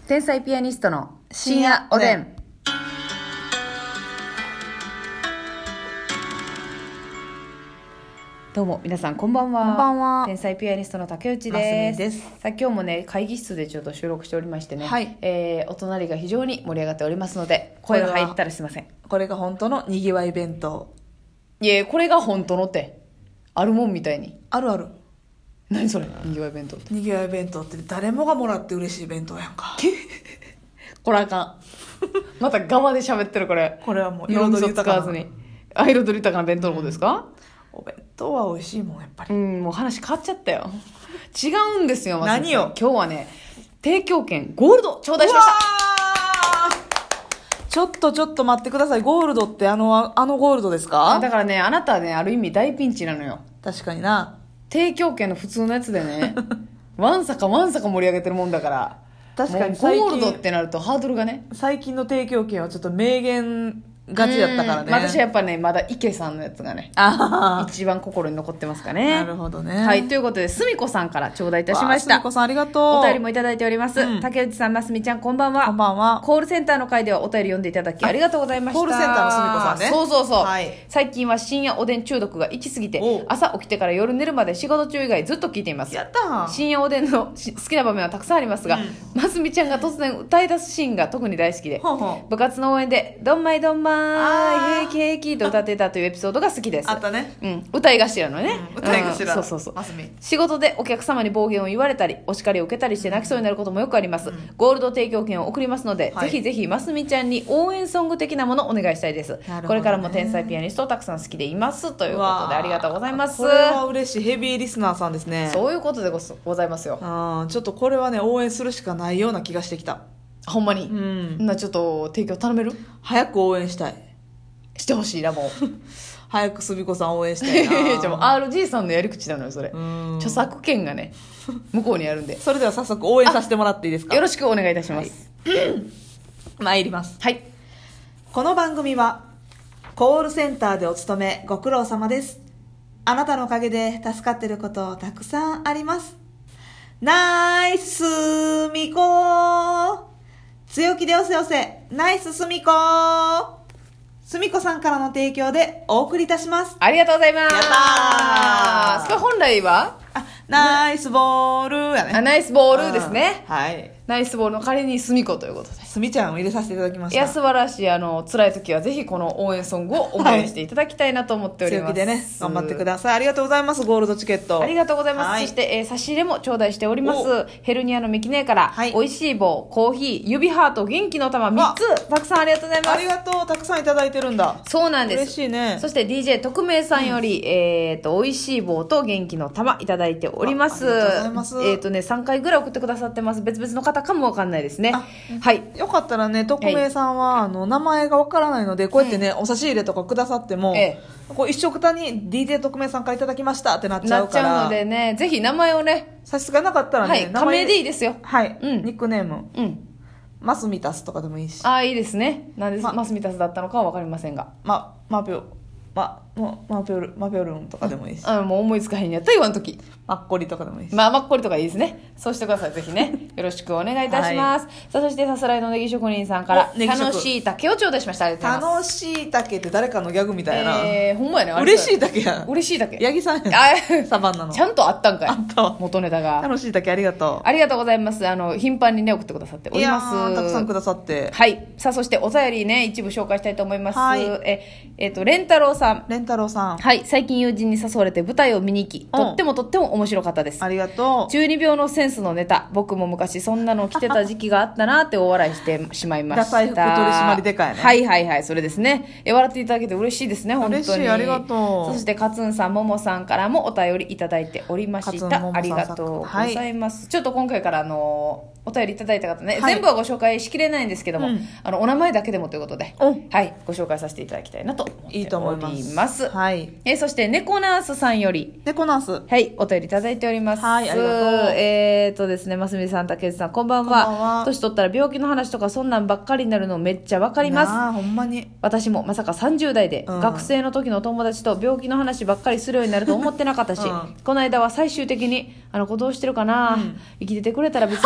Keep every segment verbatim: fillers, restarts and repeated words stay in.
天才ピアニストの深夜おでん。どうも皆さんこんばんは。 こんばんは。 天才ピアニストの竹内です。ですさあ今日もね会議室でちょっと収録しておりましてね、 はい、 えー、お隣が非常に盛り上がっておりますので声が入ったらすいません。 これが本当のにぎわい弁当。 いやこれが本当のってあるもんみたいに。 あるある。 何それにぎわい弁当って。 にぎわい弁当って誰もがもらって嬉しい弁当やんか。 これあかん。また側で喋ってるこれ。 これはもう彩り彩り豊かな。彩り豊かな弁当のことですか？ お弁当は美味しいもんやっぱり。 うん、もう話変わっちゃったよ。違うんですよ。 何よ。 今日はね提供券ゴールド頂戴しました。 ちょっとちょっと待ってください。ゴールドってあのあのゴールドですか？ だからねあなたはねある意味大ピンチなのよ。 確かにな。 提供券の普通のやつでねわんさかわんさか盛り上げてるもんだから。 確かに最近ゴールドってなるとハードルがね。 最近の提供券はちょっと名言ガチだったからね。 私はやっぱねまだ池さんのやつがねあ一番心に残ってますかね。 なるほどね。 はいということですみこさんから頂戴いたしました。 すみこさんありがとう。 お便りもいただいております、うん、竹内さんますみちゃんこんばんは。 こんばんは。 コールセンターの会ではお便り読んでいただきありがとうございました。 コールセンターのすみこさんね。 そうそうそう、 はい、 最近は深夜おでん中毒が行き過ぎて朝起きてから夜寝るまで仕事中以外ずっと聞いています。 やった深夜おでんの好きな場面はたくさんありますが、うん、ますみちゃんが突然歌い出すシーンが特に大好きで、ほうほう部活の応援でどんまいどんまーい平気平気と歌っていたというエピソードが好きです。 あったね、 うん、歌い頭のね、 うん、歌い頭、 うん、そうそうそう。仕事でお客様に暴言を言われたりお叱りを受けたりして泣きそうになることもよくあります、うん、ゴールド提供券を送りますので、はい、ぜひぜひますみちゃんに応援ソング的なものをお願いしたいです、ね、これからも天才ピアニストをたくさん好きでいますということでありがとうございます。 これは嬉しい。ヘビーリスナーさんですね。 そういうことでございますよ。 あちょっとこれはね応援するしかないような気がしてきた。 ほんまに、うん、なちょっと提供頼める？ 早く応援したい。 してほしいなもう早くすみこさん応援したいな。 じゃあ アールジー さんのやり口なのよそれ。著作権がね向こうにあるんで。 それでは早速応援させてもらっていいですか？ よろしくお願いいたします、 はい、参ります。 はい。 この番組はコールセンターでお勤めご苦労様です。あなたのおかげで助かっていることたくさんあります。ナイスすみこ強気で押せ押せナイスすみこすみこさんからの提供でお送りいたします。 ありがとうございます。 やったー。 それ本来はあナイスボールやね。 あナイスボールですね。 はい。 ナイスボールの代わりにすみこということで。 すみちゃんを入れさせていただきました。 いや素晴らしい。あの辛い時はぜひこの応援ソングを応援していただきたいなと思っております。 強気でね頑張ってください。ありがとうございます。ゴールドチケット。 ありがとうございます。 はい、 そして、えー、差し入れも頂戴しております。ヘルニアのミキネから、はい、おいしい棒、コーヒー、指ハート、元気の玉みっつたくさんありがとうございます。 ありがとう。たくさんいただいてるんだ。 そうなんです。 嬉しいね。 そして ディージェー 特命さんより、うん、えっ、ー、とおいしい棒と元気の玉いただいております。ありがとうございます。えっ、ー、とねさんかいぐらい送ってくださってます。別々の方かもわかんないですね。はい。 よかったらね特命さんは、はい、あの名前がわからないのでこうやってね、うん、お差し入れとかくださっても、ええ、こう一緒くたに ディージェー 特命さんからいただきましたってなっちゃうからなっちゃうのでねぜひ名前をね差し支えなかったらね、 はい、仮名でいいですよ。 はい、うん、ニックネーム、 うん、 マスミタスとかでもいいし。 ああいいですね。なんで、ま、マスミタスだったのかは分かりませんがまマピョまもうマピョルマピョルンとかでもいいし、 あもう思いつかへんやったら言わんときマッコリとかでもいいし、 まあマッコリとかいいですね。そうしてくださいぜひねよろしくお願いいたします、はい、さあそしてさすらいのネギ職人さんから楽しい竹を頂戴しました。ありがとうございます。 楽しい竹って誰かのギャグみたいな、 えー、ほんまやね。あれ嬉しい竹や嬉しい竹八木さんやサバンナのちゃんとあったんかい。 あったわ元ネタが。 楽しい竹ありがとう。 ありがとうございます。あの頻繁にね送ってくださっております。 いやたくさんくださってはい。さあそしてお便りね一部紹介したいと思います、 はい、 ええー、とレンタロウさんレンタロウさんはい、最近友人に誘われて舞台を見に行き、とってもとっても面白かったです。 ありがとう。 中二病のセンスのネタ、僕も昔そんなの着てた時期があったなって大笑いしてしまいました。 ダサい服取締りでかいね。 はいはいはい、それですね。え笑っていただけて嬉しいですね、本当に。 嬉しい、ありがとう。 そしてカツンさん、ももさんからもお便りいただいておりました。ありがとうございます。はい、ちょっと今回からあのお便りいただいた方ね、はい、全部はご紹介しきれないんですけども、うん、あのお名前だけでもということで、はい、ご紹介させていただきたいなと思っております。いいと思います。はい。えそして猫ナースさんより猫ナースはいお便りいただいております。 はい、ありがとう。 えーとですねますみさん竹内さんこんばんは。年取ったら病気の話とかそんなんばっかりになるのめっちゃわかります。 あほんまに私もまさかさんじゅう代で、うん、学生の時の友達と病気の話ばっかりするようになると思ってなかったし、うん、この間は最終的にあの子どうしてるかな、うん、生きててくれたら別にいいねんけど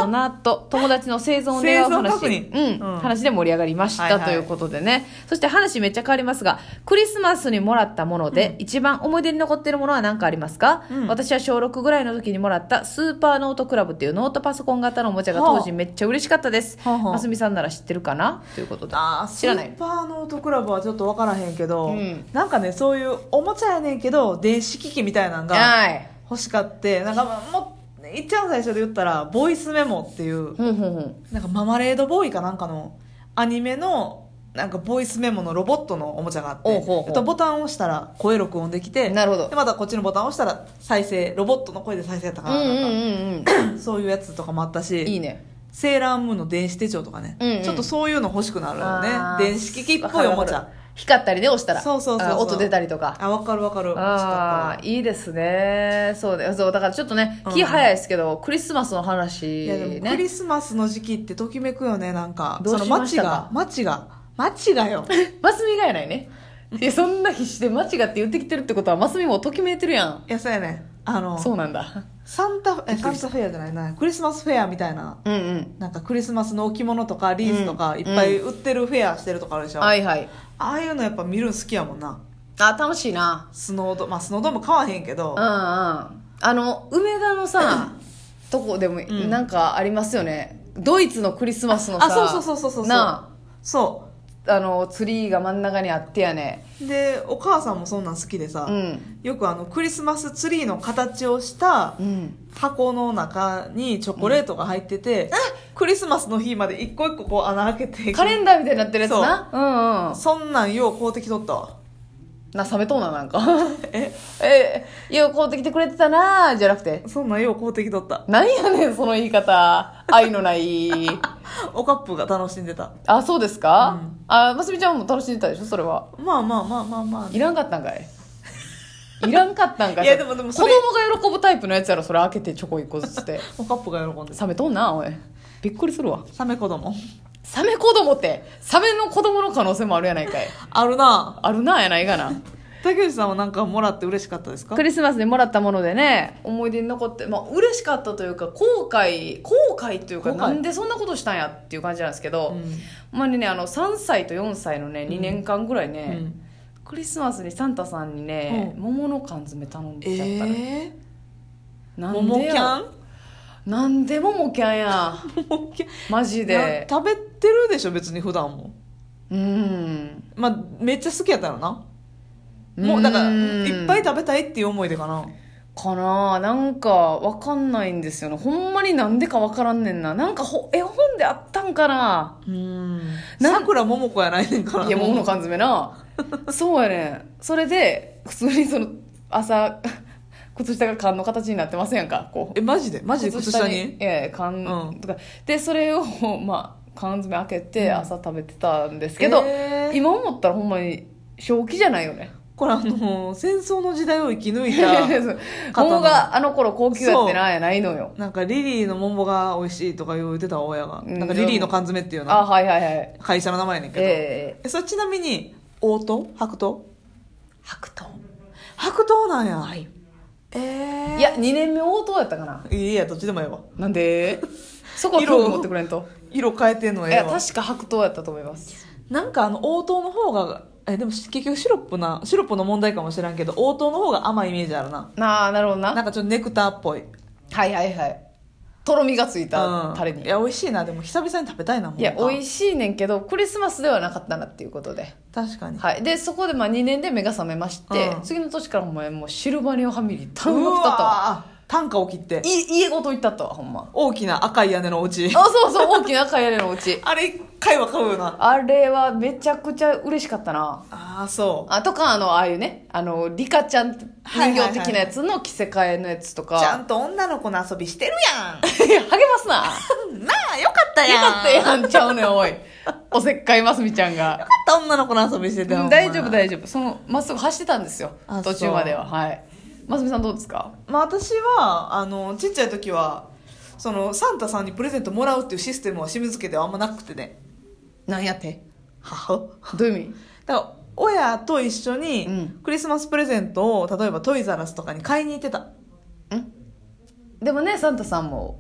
どなと友達の生存を願う生存話、 確認うんうん話で盛り上がりました、 はいはいということでね。そして話めっちゃ変わりますが、クリスマスにもらったもので、一番思い出に残っているものは何かありますか？ うん私は小ろくぐらいの時にもらったスーパーノートクラブっていうノートパソコン型のおもちゃが当時めっちゃ嬉しかったです。 はあはあますみさんなら知ってるかなということで。 あー知らないスーパーノートクラブはちょっと分からへんけど、 うんなんかねそういうおもちゃやねんけど電子機器みたいなのがはい。 欲しかってなんかまあもういっちゃん最初で言ったらボイスメモっていうほんほんほん。 なんかママレードボーイかなんかのアニメのなんかボイスメモのロボットのおもちゃがあっておうほうほうえっとボタンを押したら声録音できてなるほどでまたこっちのボタンを押したら再生ロボットの声で再生やったかな,、 うんうんなんかうんそういうやつとかもあったしうん。いいね。 セーラームーンの電子手帳とかね、 うんうんちょっとそういうの欲しくなるよねあー電子機器っぽいおもちゃわかるわかる光ったりね、押したら。 そうそうそうそうあ音出たりとか。 あ分かる分かる欲しかああ、 ったいいですね。そうだよ。そう、だからちょっとね、 うん気早いですけど、クリスマスの話、 いやでもクリね。 スマスの時期ってときめくよねなんかどうしましたかその街が街が街がよマスミがやないね。いや、そんな必死で間違って言ってきてるってことは、マスミもときめいてるやん。 いやそうやねあのそうなんだ。 サンタえサンタフェアじゃないなクリスマスフェアみたいなうんうん。 なんかクリスマスの置物とかリースとかうんいっぱい売ってるフェアしてるとかあるでしょ、 はいはい。 ああいうのやっぱ見るの好きやもんなあ、楽しいな。 スノードまあスノードーム買わへんけどうんうん。あの、梅田のさ、とこでも、 んなんかありますよね。ドイツのクリスマスのさ、 あそうそうそうそうそうなそあ、あの、ツリーが真ん中にあってやね。 うでお母さんもそんなん好きでさ、 うん。 よくあのクリスマスツリーの形をしたうん。 箱の中にチョコレートが入ってて、クリスマスの日まで一個一個こう穴開けてカレンダーみたいになってるやつな。うんうん。 そんなんよう買うてきとったわな、冷めとうな、なんか。 ええ、よう買うてきてくれてたなじゃなくて。 そんなんよう買うてきとったなんやねん、その言い方。愛のない。 おカップが楽しんでたあ、そうですか、 うんあ、ますみちゃんも楽しんでたでしょ、それは。 まあまあまあまあまあいらんかったんかいいらんかったんかいいやでもでもそれ子供が喜ぶタイプのやつやろ、それ開けてチョコ一個ずつって。 おカップが喜んでた冷めとんな、おい。びっくりするわ。 サメ子供サメ子供って、サメの子供の可能性もあるやないかい。 あるなあるな、やないかな。 竹内さんはなんかもらって嬉しかったですかクリスマスでもらったものでね、思い出に残って、まあ、嬉しかったというか、後悔、後悔というか、 後悔なんでそんなことしたんやっていう感じなんですけど、 うんほんまにね、あの、さんさいとよんさいのね、にねんかんぐらいね、 うんクリスマスにサンタさんにね、 うん桃の缶詰頼んでちゃったね。 えー、 なんでよ桃キャンなんで桃キャンや。 桃キャンマジで。 な食べてるでしょ別に普段もうん。 まあめっちゃ好きやったよなもうだからうんいっぱい食べたいっていう思いでかなかななんかわかんないんですよね。ほんまになんでかわからんねんな。なんかほ絵本であったんかなうんなんさくらももこやないねんからいや、桃の缶詰な。そうやねん。それで、普通にその、朝、靴下が缶の形になってませんやんか。こう。 えマジでマジで靴下にいやいや、缶とか。で、それを、まあ、缶詰開けて朝食べてたんですけど、 えー今思ったらほんまに正気じゃないよね。 これあの戦争の時代を生き抜いた桃があの頃高級やってなやないのよ。 なんかリリーの桃が美味しいとか言ってた親が、 うんなんかリリーの缶詰っていうあ、 のはいはいはい。 会社の名前やねんけど、 ええそれちなみに黄桃白桃白桃。 白桃なんや、 はい。 えー、 いや、にねんめ応答やったかな。 いいやどっちでもええわなんでそこは興味持ってくれんと。 色変えてんのいや、 ええわ確か白桃やったと思います。 なんかあの黄桃の方がえでも結局シロップなシロップの問題かもしれんけど黄桃の方が甘いイメージあるななあ、なるほどな。 なんかちょっとネクターっぽい、 はいはいはい。とろみがついたうん、 タレに。 いや美味しいなでも久々に食べたいなもんいや、美味しいしいねんけど、クリスマスではなかったなっていうことで。 確かに、 はい。で、そこでまあにねんで目が覚めまして、 うん次の年からほんまにもうシルバニアファミリー、単独だったわ。 わ単価を切ってい家ごと行ったったわ、ほんま。 大きな赤い屋根のお家あ、そうそう、大きな赤屋根のうち。 あれ一回は買うよなあれはめちゃくちゃ嬉しかったな。 ああそうあとか、あの、ああいうね、あの、リカちゃん人形的なやつの着せ替えのやつとか。 ちゃんと女の子の遊びしてるやいや励ますな。 んなあよかったやんよかったやんちゃうねん、おい。おせっかいますみちゃんが。 よかった女の子の遊びしてて、 うん大丈夫大丈夫。その、まっすぐ走ってたんですよあ。 途中までは。はい。ますみさんどうですか？ まあ私はあのちっちゃい時はそのサンタさんにプレゼントもらうっていうシステムは清水家ではあんまなくてねなんやってはどういう意味？ だから親と一緒にうんクリスマスプレゼントを例えばトイザラスとかに買いに行ってたでもね、サンタさんも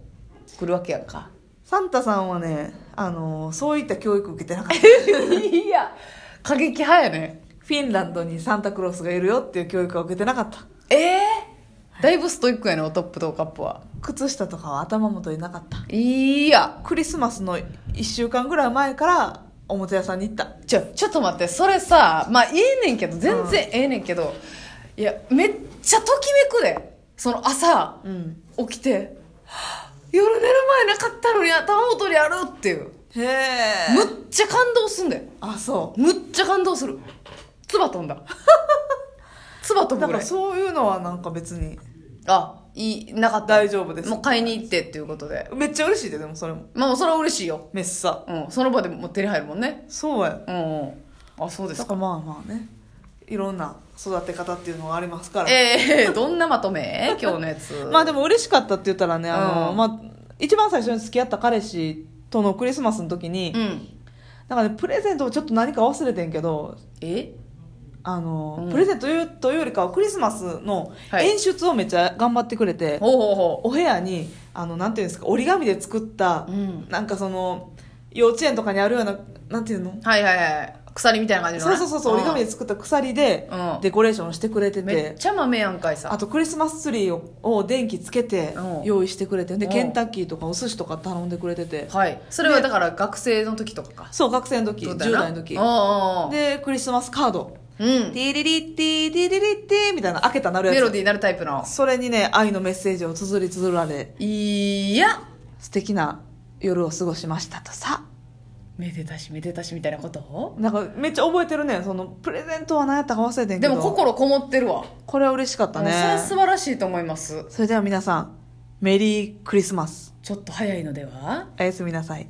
来るわけやんか。 サンタさんはね、あのーそういった教育受けてなかったいや過激派やね。 フィンランドにサンタクロースがいるよっていう教育は受けてなかった。 ええー、だいぶストイックやね、トップとカップは。 靴下とかは頭元になかった。 いやクリスマスのいっしゅうかんぐらい前からおもちゃ屋さんに行った。 ちょちょっと待って、それさ、まあええねんけど、全然ええねんけど、いやめっちゃときめくで。その朝、 うん、 起きて夜寝る前なかったのに頭元にあるっていう、 へえ、 むっちゃ感動すんで。 あ、そうむっちゃ感動する。唾飛んだ唾飛ぶぐらい。 だからそういうのはなんか別にあ、いいなかった。 大丈夫です。 もう買いに行ってっていうことで。 めっちゃ嬉しいで。でもそれもまあそれは嬉しいよ。 めっさ、 うん、その場でも手に入るもんね。 そうや。 うん、うん、あ、そうですか。 だからまあまあね、いろんな育て方っていうのがありますから。 ええー、どんなまとめ今日のやつ。 まあでも嬉しかったって言ったらね、あの、 うん、 まあ一番最初に付き合った彼氏とのクリスマスの時に、 うん、 なんかねプレゼントをちょっと何か忘れてんけど、 えあの、 うん、 プレゼントというよりかはクリスマスの演出をめっちゃ頑張ってくれて、 はい、ほうほうほうお部屋にあのなんていうんですか、折り紙で作った、 うん、 なんかその幼稚園とかにあるような、なんていうの、 はいはいはい、鎖みたいな感じの、ね、 そうそうそう、折り紙で作った鎖でデコレーションしてくれてて、 めっちゃ豆やんかいさ。 あとクリスマスツリーをを電気つけて用意してくれて、でケンタッキーとかお寿司とか頼んでくれてて、 はい、それはだから学生の時とかか。 そう、学生の時、じゅう代の時でクリスマスカード、 うん、 ティリリッティティリリッティみたいな開けたなるやつ、 メロディーなるタイプの、 それにね愛のメッセージを綴り綴られ、 いや素敵な夜を過ごしましたとさ。 めでたしめでたしみたいなことをなんかめっちゃ覚えてるね。そのプレゼントは何やったか忘れてんけど、 でも心こもってるわ。 これは嬉しかったね。 それは素晴らしいと思います。 それでは皆さんメリークリスマス。 ちょっと早いのでは。 おやすみなさい。